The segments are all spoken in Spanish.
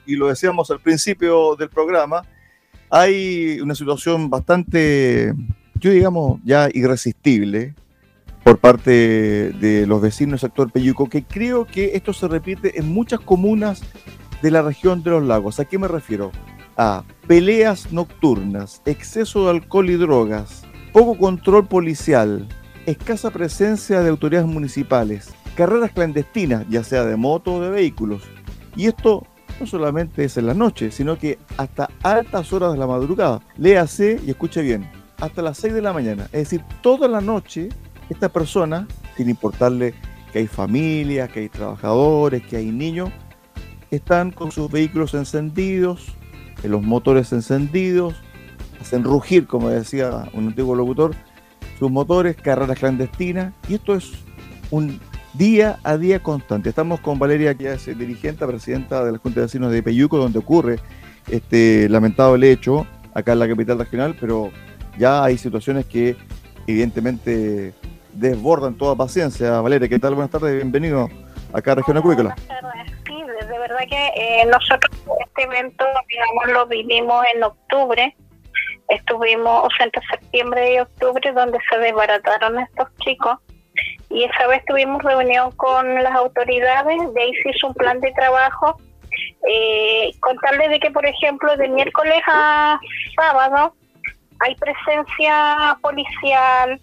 y lo decíamos al principio del programa, hay una situación bastante, yo digamos, ya irresistible por parte de los vecinos del sector Peyuco, que creo que esto se repite en muchas comunas de la región de los lagos. ¿A qué me refiero? A peleas nocturnas, exceso de alcohol y drogas, poco control policial, escasa presencia de autoridades municipales, carreras clandestinas, ya sea de moto o de vehículos. Y esto no solamente es en la noche, sino que hasta altas horas de la madrugada. Léase y escuche bien, hasta las 6 de la mañana. Es decir, toda la noche, esta persona, sin importarle que hay familias, que hay trabajadores, que hay niños, están con sus vehículos encendidos, los motores encendidos, hacen rugir, como decía un antiguo locutor, sus motores, carreras clandestinas, y esto es un día a día constante. Estamos con Valeria, que es dirigente, presidenta de la Junta de Vecinos de Peyuco, donde ocurre este lamentable hecho, acá en la capital regional, pero ya hay situaciones que evidentemente desbordan toda paciencia. Valeria, ¿qué tal? Buenas tardes, bienvenido acá a Región Acuícola. Buenas tardes. Sí, de verdad que nosotros este evento, digamos, lo vivimos en octubre. Estuvimos, o sea, entre septiembre y octubre, donde se desbarataron estos chicos. Y esa vez tuvimos reunión con las autoridades, de ahí se hizo un plan de trabajo. Contarles de que, por ejemplo, de miércoles a sábado hay presencia policial,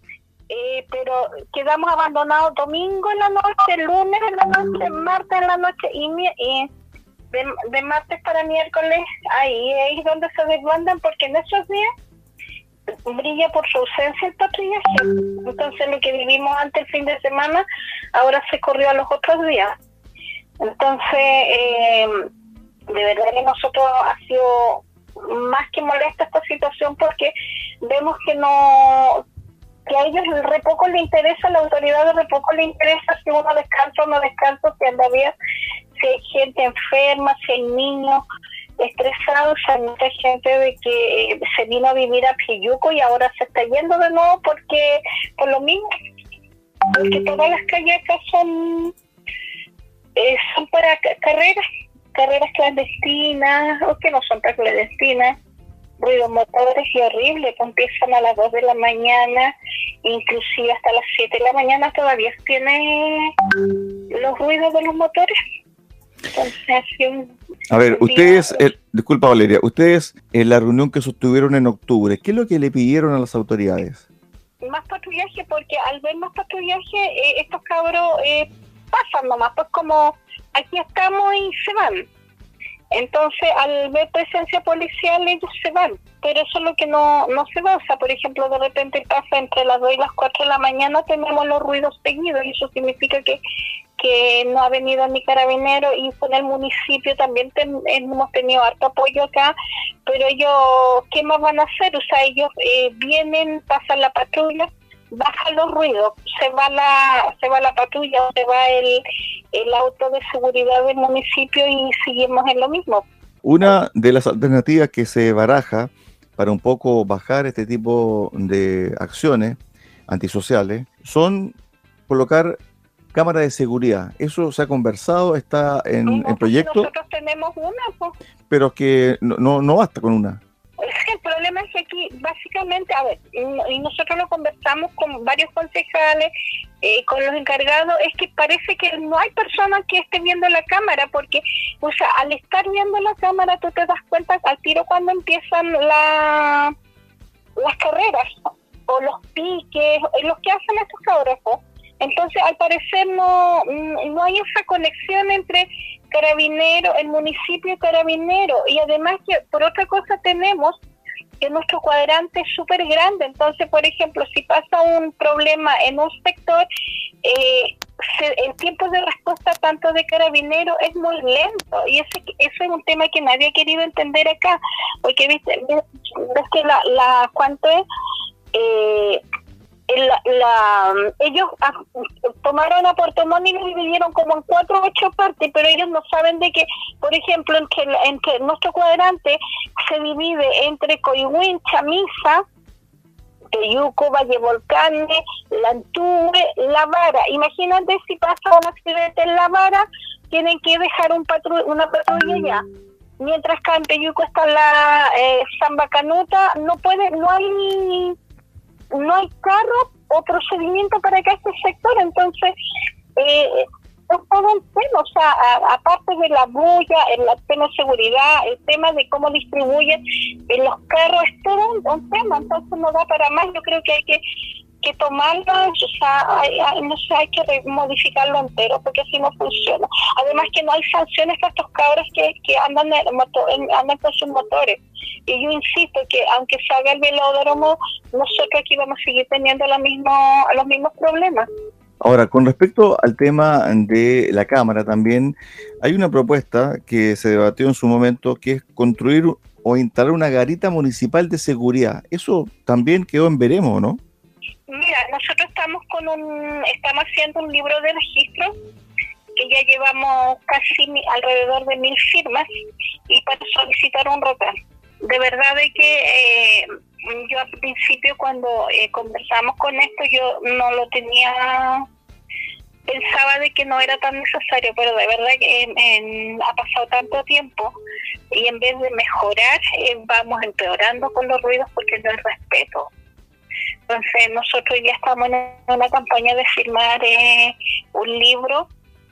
pero quedamos abandonados domingo en la noche, lunes en la noche, martes en la noche y de martes para miércoles, ahí es donde se desbandan, porque en esos días brilla por su ausencia el patrullaje. Entonces lo que vivimos antes el fin de semana ahora se corrió a los otros días. Entonces de verdad que nosotros ha sido más que molesta esta situación, porque vemos que a ellos re poco les interesa, a la autoridad re poco les interesa si uno descansa o no descansa, si anda bien, si hay gente enferma, si hay niños estresados. Hay mucha gente de que se vino a vivir a Peyuco y ahora se está yendo de nuevo porque por lo mismo, porque todas las calles acá son para carreras clandestinas o que no son tan clandestinas, ruidos motores y horrible, que empiezan a las 2 de la mañana, inclusive hasta las 7 de la mañana todavía tiene los ruidos de los motores. Entonces, a ver, ustedes, disculpa Valeria, ustedes en la reunión que sostuvieron en octubre, ¿qué es lo que le pidieron a las autoridades? Más patrullaje, porque al ver más patrullaje, estos cabros pasan nomás, pues como aquí estamos y se van. Entonces, al ver presencia policial, ellos se van. Pero eso es lo que no se va. O sea, por ejemplo, de repente pasa entre las 2 y las 4 de la mañana, tenemos los ruidos seguidos, y eso significa que no ha venido ni carabinero, y con el municipio también hemos tenido harto apoyo acá, pero ellos, ¿qué más van a hacer? O sea, ellos vienen, pasan la patrulla, bajan los ruidos, se va la patrulla, se va el auto de seguridad del municipio y seguimos en lo mismo. Una de las alternativas que se baraja para un poco bajar este tipo de acciones antisociales son colocar cámaras de seguridad. Eso se ha conversado, está en proyecto. Nosotros tenemos una, pues. Pero es que no basta con una. El problema es que aquí, básicamente, a ver, y nosotros lo conversamos con varios concejales, con los encargados, es que parece que no hay persona que esté viendo la cámara, porque, o sea, al estar viendo la cámara, tú te das cuenta al tiro cuando empiezan las carreras, o los piques, los que hacen estos cabros. Entonces, al parecer, no hay esa conexión entre carabinero, el municipio y carabinero. Y además que, por otra cosa, tenemos que nuestro cuadrante es súper grande. Entonces, por ejemplo, si pasa un problema en un sector, el tiempo de respuesta tanto de carabinero es muy lento. Y eso es un tema que nadie ha querido entender acá. Porque, ¿viste? Ves que ¿cuánto es? Ellos tomaron a Puerto Montt y lo dividieron como en 4 o 8 partes, pero ellos no saben de que, por ejemplo, entre nuestro cuadrante se divide entre Coihue, Chamisa, Peyuco, Valle Volcanes, Lantube, La Vara. Imagínate si pasa un accidente en La Vara, tienen que dejar una patrulla allá. Mientras que en Peyuco está la Samba Canuta, no hay carro o procedimiento para que este sector. Entonces, es todo un tema, o sea, aparte de la bulla, el tema de seguridad, el tema de cómo distribuyen los carros, es todo un tema. Entonces no da para más. Yo creo que hay que tomarlo, o sea, hay que modificarlo entero, porque así no funciona. Además que no hay sanciones para estos cabros que andan con sus motores. Y yo insisto que aunque se haga el velódromo, nosotros aquí vamos a seguir teniendo los mismos problemas. Ahora, con respecto al tema de la Cámara también, hay una propuesta que se debatió en su momento, que es construir o instalar una garita municipal de seguridad. Eso también quedó en veremos, ¿no? Mira, nosotros estamos haciendo un libro de registro que ya llevamos casi alrededor de 1000 firmas y para solicitar un ROTAM. De verdad de que yo al principio cuando conversamos con esto yo no lo tenía, pensaba de que no era tan necesario, pero de verdad que ha pasado tanto tiempo y en vez de mejorar vamos empeorando con los ruidos porque no hay respeto. Entonces nosotros ya estamos en una campaña de firmar un libro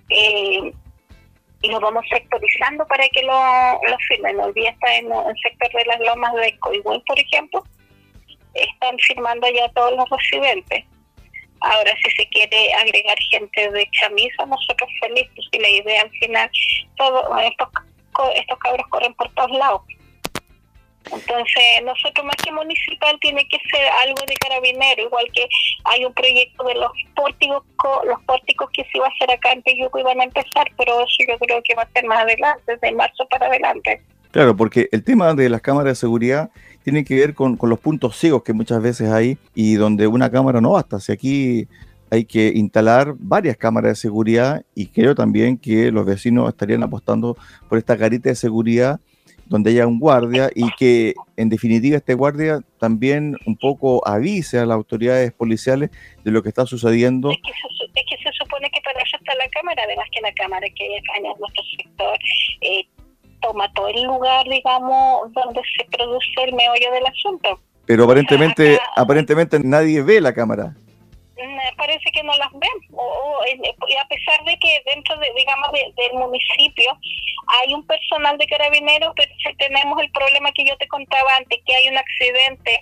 y lo vamos sectorizando para que lo firmen. Hoy día está en el sector de las Lomas de Coihue, por ejemplo, están firmando ya todos los residentes. Ahora, si se quiere agregar gente de Chamisa, nosotros felices, y la idea al final, todos estos cabros corren por todos lados. Entonces, nosotros más que municipal tiene que ser algo de carabinero, igual que hay un proyecto de los pórticos que se iba a hacer acá en Peyuco y van a empezar, pero eso yo creo que va a ser más adelante, desde marzo para adelante. Claro, porque el tema de las cámaras de seguridad tiene que ver con los puntos ciegos que muchas veces hay y donde una cámara no basta. Si aquí hay que instalar varias cámaras de seguridad y creo también que los vecinos estarían apostando por esta garita de seguridad donde haya un guardia y que en definitiva este guardia también un poco avise a las autoridades policiales de lo que está sucediendo. Es que se supone que para eso está la cámara, además que la cámara que hay acá en nuestro sector toma todo el lugar, digamos, donde se produce el meollo del asunto. Pero aparentemente nadie ve la cámara. Parece que no las ven, y a pesar de que dentro del municipio hay un personal de carabineros, pero si tenemos el problema que yo te contaba antes, que hay un accidente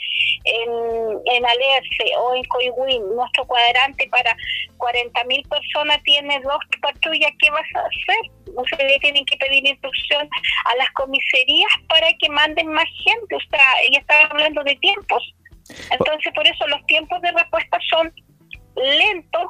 en Alerce o en Coihue, nuestro cuadrante para 40.000 personas tiene 2 patrullas, ¿qué vas a hacer? Ustedes tienen que pedir instrucción a las comisarías para que manden más gente, o sea, ya estaba hablando de tiempos. Entonces, por eso los tiempos de respuesta son lentos,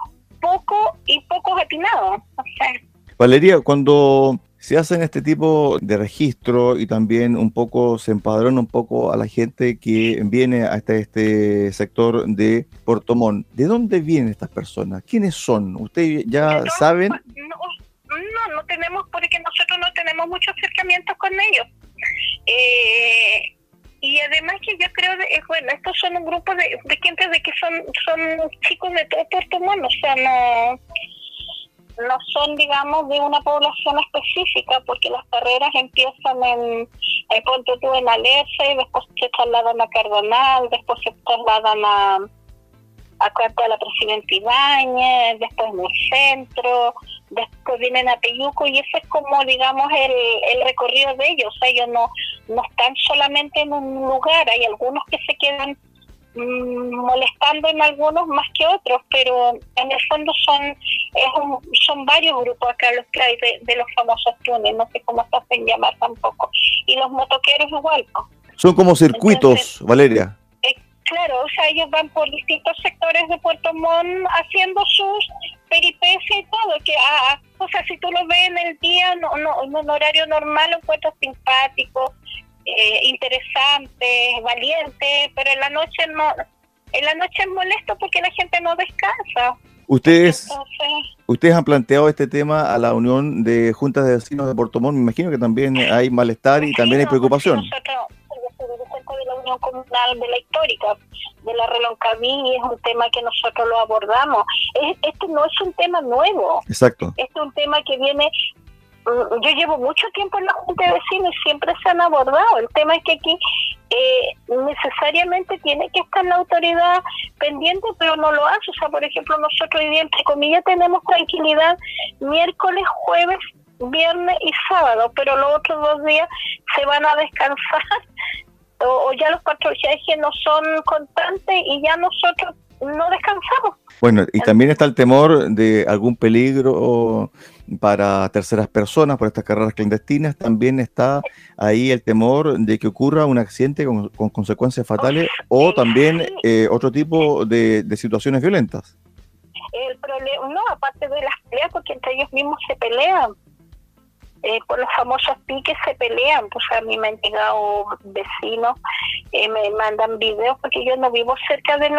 pocos atinados. O sea. Valeria, cuando se hacen este tipo de registro y también un poco se empadrona un poco a la gente que viene hasta este sector de Puerto Montt, ¿de dónde vienen estas personas? ¿Quiénes son? ¿Ustedes ya saben? No tenemos, porque nosotros no tenemos muchos acercamientos con ellos. Y además que yo creo, estos son un grupo de gente de que son chicos de todo Puerto Montt, o sea, no son, digamos, de una población específica, porque las carreras empiezan en Alerce, y después se trasladan a Cardonal, después se trasladan a la Presidenta Ibáñez, después en el centro, después vienen a Peyuco, y ese es como, digamos, el recorrido de ellos. O sea, ellos no están solamente en un lugar, hay algunos que se quedan molestando en algunos más que otros, pero en el fondo son varios grupos acá los que hay de los famosos túneles, no sé cómo se hacen llamar tampoco, y los motoqueros igual, ¿no? Son como circuitos. Entonces, Valeria. Claro, o sea, ellos van por distintos sectores de Puerto Montt haciendo sus peripecias y todo, o sea, si tú lo ves en el día, en un horario normal, lo encuentras simpático, interesante, valiente, pero en la noche es molesto porque la gente no descansa. Ustedes han planteado este tema a la Unión de Juntas de Vecinos de Puerto Montt. Me imagino que también hay malestar y también hay preocupación. Yo soy dirigente de la Unión Comunal de la Histórica, de la Reloncaví, y es un tema que nosotros lo abordamos. Este no es un tema nuevo. Exacto. Este es un tema que viene yo llevo mucho tiempo en la Junta de Vecinos y siempre se han abordado. El tema es que aquí necesariamente tiene que estar la autoridad pendiente, pero no lo hace. O sea, por ejemplo, nosotros hoy día, entre comillas, tenemos tranquilidad miércoles, jueves, viernes y sábado, pero los otros 2 días se van a descansar o ya los patrullajes no son constantes y ya nosotros no descansamos. Bueno, y también está el temor de algún peligro para terceras personas por estas carreras clandestinas. También está ahí el temor de que ocurra un accidente con consecuencias fatales o también otro tipo de situaciones violentas. El problema, no, aparte de las peleas, porque entre ellos mismos se pelean. Por los famosos piques se pelean. Pues a mí me han llegado vecinos, me mandan videos, porque yo no vivo cerca de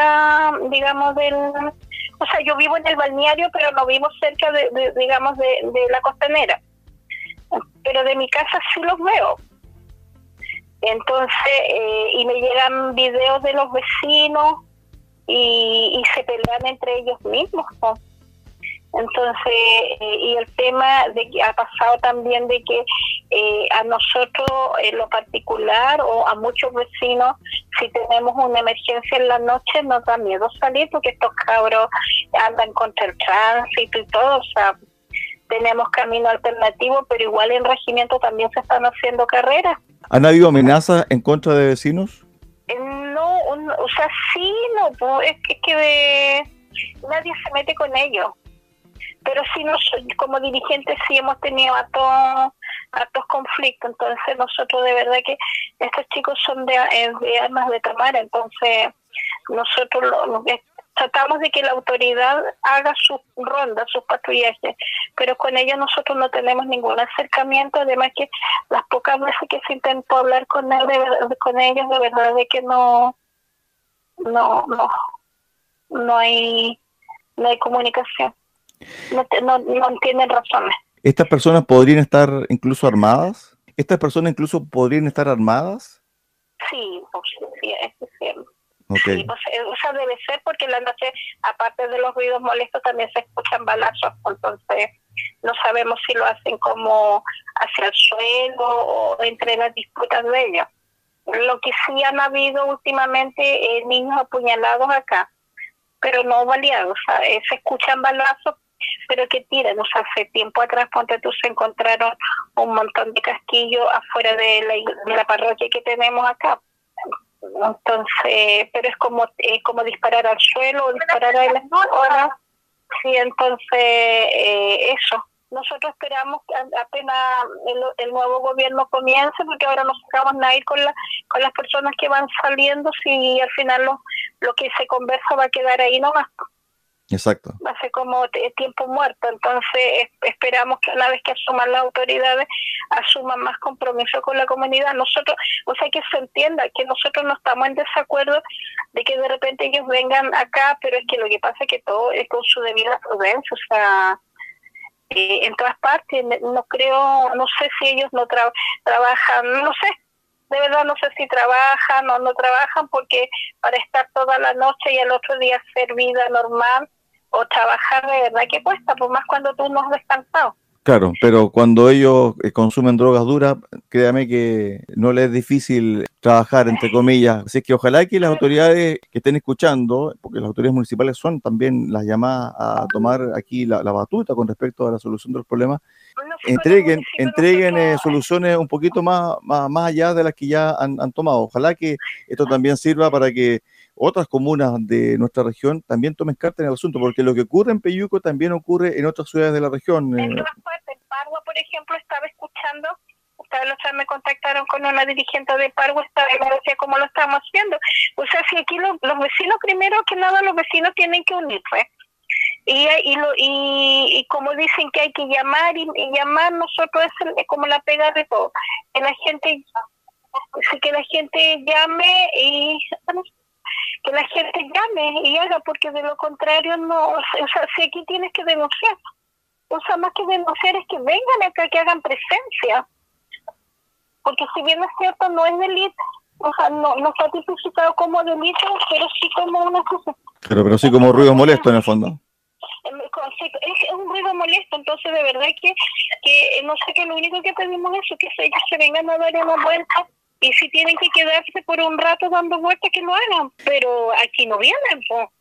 o sea, yo vivo en el balneario, pero no vivo cerca de la costanera. Pero de mi casa sí los veo. Entonces, y me llegan videos de los vecinos y se pelean entre ellos mismos, ¿no? Entonces, y el tema de que ha pasado también de que a nosotros en lo particular o a muchos vecinos, si tenemos una emergencia en la noche, nos da miedo salir porque estos cabros andan contra el tránsito y todo. O sea, tenemos camino alternativo, pero igual en regimiento también se están haciendo carreras. ¿Han habido amenazas en contra de vecinos? No, o sea, sí, no, pues, es que nadie se mete con ellos. Pero sí, como dirigentes sí hemos tenido hartos conflictos. Entonces nosotros de verdad que estos chicos son de armas de tomar. Entonces nosotros tratamos de que la autoridad haga sus rondas, sus patrullajes, pero con ellos nosotros no tenemos ningún acercamiento. Además que las pocas veces que se intentó hablar con ellos, de verdad de que no hay comunicación. No entienden razones. ¿Estas personas podrían estar incluso armadas? ¿Estas personas incluso podrían estar armadas? Sí, pues, sí, sí. Okay. Sí, pues, o sea, debe ser porque en la noche, aparte de los ruidos molestos, también se escuchan balazos. Entonces, no sabemos si lo hacen como hacia el suelo o entre las disputas de ellos. Lo que sí han habido últimamente niños apuñalados acá, pero no baleados. O sea, se escuchan balazos, pero que tiran. O sea, hace tiempo atrás, ponte tú, se encontraron un montón de casquillos afuera de la parroquia que tenemos acá. Entonces, pero es como disparar al suelo o disparar a la escuela. Sí, entonces eso. Nosotros esperamos que apenas el nuevo gobierno comience, porque ahora no sacamos nada ir con las personas que van saliendo, si al final lo que se conversa va a quedar ahí nomás. Exacto. Va a ser como tiempo muerto. Entonces esperamos que una vez que asuman las autoridades, asuman más compromiso con la comunidad. Nosotros, o sea, que se entienda que nosotros no estamos en desacuerdo de que de repente ellos vengan acá, pero es que lo que pasa es que todo es con su debida prudencia. O sea, en todas partes, no sé si ellos no trabajan, no sé. De verdad no sé si trabajan o no trabajan, porque para estar toda la noche y al otro día hacer vida normal o trabajar, de verdad que cuesta, por más cuando tú no has descansado. Claro, pero cuando ellos consumen drogas duras, créame que no les es difícil trabajar, entre comillas. Así que ojalá que las autoridades que estén escuchando, porque las autoridades municipales son también las llamadas a tomar aquí la batuta con respecto a la solución de los problemas, entreguen soluciones un poquito más allá de las que ya han tomado. Ojalá que esto también sirva para que otras comunas de nuestra región también tomen carta en el asunto, porque lo que ocurre en Peyuco también ocurre en otras ciudades de la región. En todas partes. En Pargua, por ejemplo, estaba escuchando, me contactaron con una dirigente de Pargua, me decía cómo lo estamos haciendo. O sea, si aquí los vecinos, primero que nada, los vecinos tienen que unirse. Y como dicen que hay que llamar y llamar, nosotros es como la pega de todo. Que la gente llame que la gente llame y haga, porque de lo contrario no, o sea, si aquí tienes que denunciar, o sea, más que denunciar es que vengan acá, que hagan presencia, porque si bien es cierto, no es delito, o sea, no está tipificado como delito, pero sí como una cosa. Pero sí como ruido molesto en el fondo. entonces es un ruido molesto, entonces de verdad que no sé, que lo único que pedimos es que ellos se vengan a dar una vuelta, y si tienen que quedarse por un rato dando vueltas, que lo hagan, pero aquí no vienen, po.